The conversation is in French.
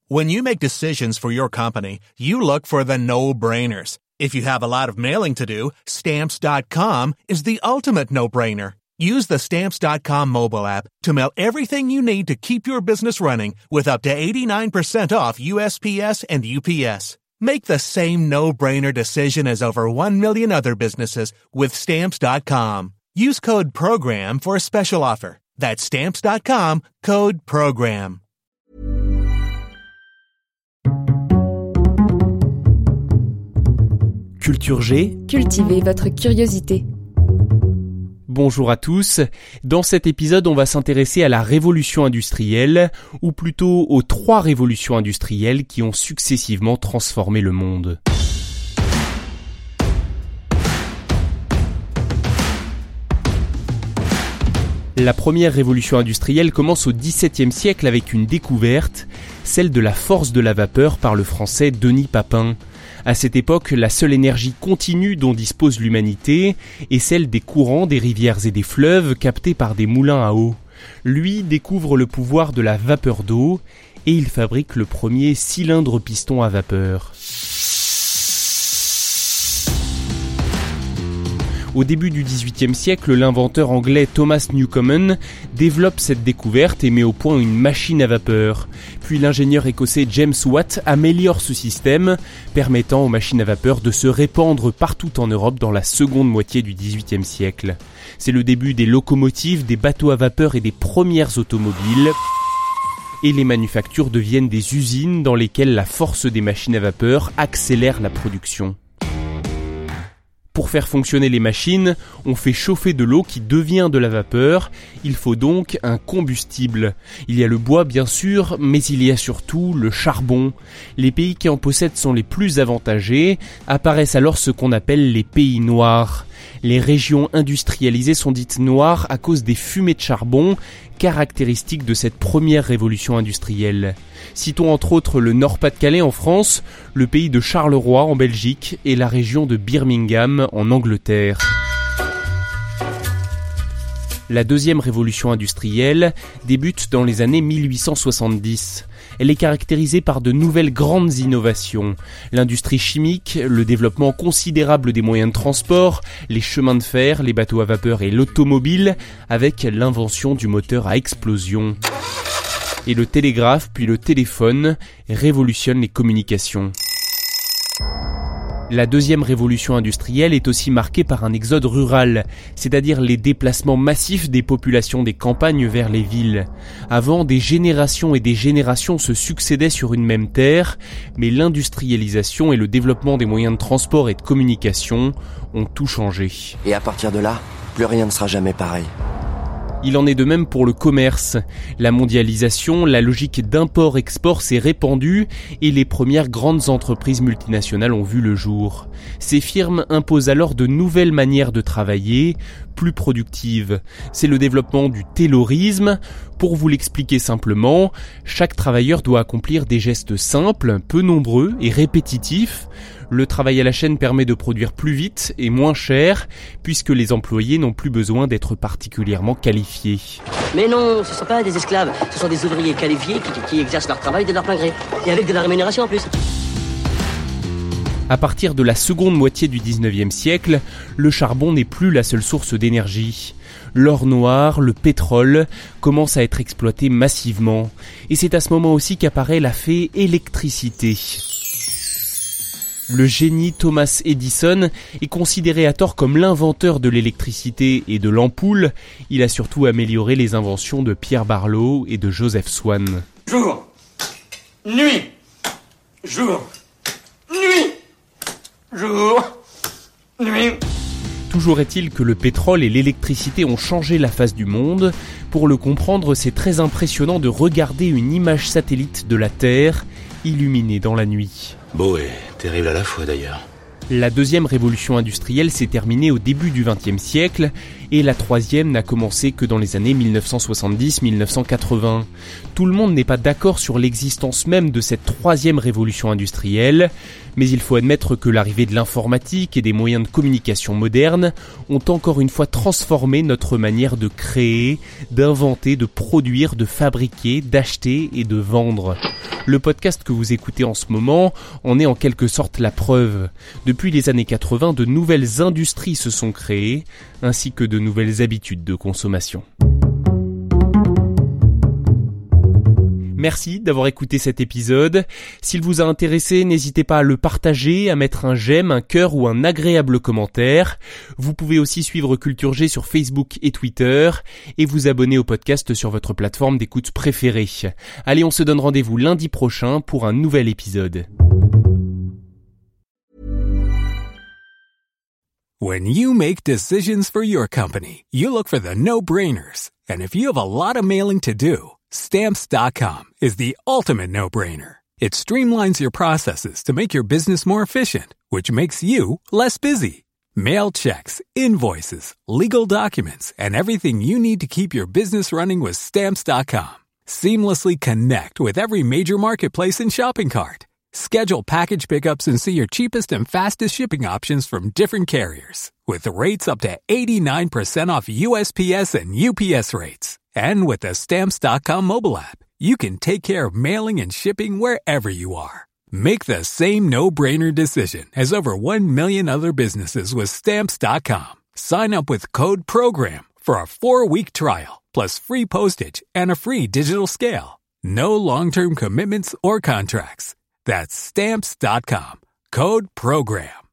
When you make decisions for your company, you look for the no-brainers. If you have a lot of mailing to do, Stamps.com is the ultimate no-brainer. Use the Stamps.com mobile app to mail everything you need to keep your business running with up to 89% off USPS and UPS. Make the same no-brainer decision as over 1 million other businesses with Stamps.com. Use code PROGRAM for a special offer. That's Stamps.com, code PROGRAM. Culture G. Cultivez votre curiosité. Bonjour à tous. Dans cet épisode, on va s'intéresser à la révolution industrielle, ou plutôt aux 3 révolutions industrielles qui ont successivement transformé le monde. La première révolution industrielle commence au XVIIe siècle avec une découverte, celle de la force de la vapeur par le français Denis Papin. À cette époque, la seule énergie continue dont dispose l'humanité est celle des courants des rivières et des fleuves captés par des moulins à eau. Lui découvre le pouvoir de la vapeur d'eau et il fabrique le premier cylindre-piston à vapeur. Au début du XVIIIe siècle, l'inventeur anglais Thomas Newcomen développe cette découverte et met au point une machine à vapeur. Puis l'ingénieur écossais James Watt améliore ce système, permettant aux machines à vapeur de se répandre partout en Europe dans la seconde moitié du XVIIIe siècle. C'est le début des locomotives, des bateaux à vapeur et des premières automobiles. Et les manufactures deviennent des usines dans lesquelles la force des machines à vapeur accélère la production. Pour faire fonctionner les machines, on fait chauffer de l'eau qui devient de la vapeur. Il faut donc un combustible. Il y a le bois bien sûr, mais il y a surtout le charbon. Les pays qui en possèdent sont les plus avantagés. Apparaissent alors ce qu'on appelle les pays noirs. Les régions industrialisées sont dites noires à cause des fumées de charbon, caractéristiques de cette première révolution industrielle. Citons entre autres le Nord-Pas-de-Calais en France, le pays de Charleroi en Belgique et la région de Birmingham en Angleterre. La deuxième révolution industrielle débute dans les années 1870. Elle est caractérisée par de nouvelles grandes innovations. L'industrie chimique, le développement considérable des moyens de transport, les chemins de fer, les bateaux à vapeur et l'automobile, avec l'invention du moteur à explosion. Et le télégraphe puis le téléphone révolutionnent les communications. La deuxième révolution industrielle est aussi marquée par un exode rural, c'est-à-dire les déplacements massifs des populations des campagnes vers les villes. Avant, des générations et des générations se succédaient sur une même terre, mais l'industrialisation et le développement des moyens de transport et de communication ont tout changé. Et à partir de là, plus rien ne sera jamais pareil. Il en est de même pour le commerce. La mondialisation, la logique d'import-export s'est répandue et les premières grandes entreprises multinationales ont vu le jour. Ces firmes imposent alors de nouvelles manières de travailler, plus productives. C'est le développement du taylorisme. Pour vous l'expliquer simplement, chaque travailleur doit accomplir des gestes simples, peu nombreux et répétitifs. Le travail à la chaîne permet de produire plus vite et moins cher, puisque les employés n'ont plus besoin d'être particulièrement qualifiés. Mais non, ce ne sont pas des esclaves, ce sont des ouvriers qualifiés qui exercent leur travail de leur plein gré, et avec de la rémunération en plus. À partir de la seconde moitié du 19e siècle, le charbon n'est plus la seule source d'énergie. L'or noir, le pétrole, commencent à être exploités massivement. Et c'est à ce moment aussi qu'apparaît la fée électricité. Le génie Thomas Edison est considéré à tort comme l'inventeur de l'électricité et de l'ampoule. Il a surtout amélioré les inventions de Pierre Barlow et de Joseph Swan. Jour, nuit, jour, nuit, jour, nuit. Toujours est-il que le pétrole et l'électricité ont changé la face du monde. Pour le comprendre, c'est très impressionnant de regarder une image satellite de la Terre illuminée dans la nuit. Beau et terrible à la fois d'ailleurs. La deuxième révolution industrielle s'est terminée au début du XXe siècle Et la troisième n'a commencé que dans les années 1970-1980. Tout le monde n'est pas d'accord sur l'existence même de cette troisième révolution industrielle, mais il faut admettre que l'arrivée de l'informatique et des moyens de communication modernes ont encore une fois transformé notre manière de créer, d'inventer, de produire, de fabriquer, d'acheter et de vendre. Le podcast que vous écoutez en ce moment en est en quelque sorte la preuve. Depuis les années 80, de nouvelles industries se sont créées, ainsi que de nouvelles habitudes de consommation. Merci d'avoir écouté cet épisode. S'il vous a intéressé, n'hésitez pas à le partager, à mettre un j'aime, un cœur ou un agréable commentaire. Vous pouvez aussi suivre Culture G sur Facebook et Twitter et vous abonner au podcast sur votre plateforme d'écoute préférée. Allez, on se donne rendez-vous lundi prochain pour un nouvel épisode. When you make decisions for your company, you look for the no-brainers. And if you have a lot of mailing to do, Stamps.com is the ultimate no-brainer. It streamlines your processes to make your business more efficient, which makes you less busy. Mail checks, invoices, legal documents, and everything you need to keep your business running with Stamps.com. Seamlessly connect with every major marketplace and shopping cart. Schedule package pickups and see your cheapest and fastest shipping options from different carriers, with rates up to 89% off USPS and UPS rates. And with the Stamps.com mobile app, you can take care of mailing and shipping wherever you are. Make the same no-brainer decision as over 1 million other businesses with Stamps.com. Sign up with code PROGRAM for a 4-week trial, plus free postage and a free digital scale. No long-term commitments or contracts. That's Stamps.com. Code PROGRAM.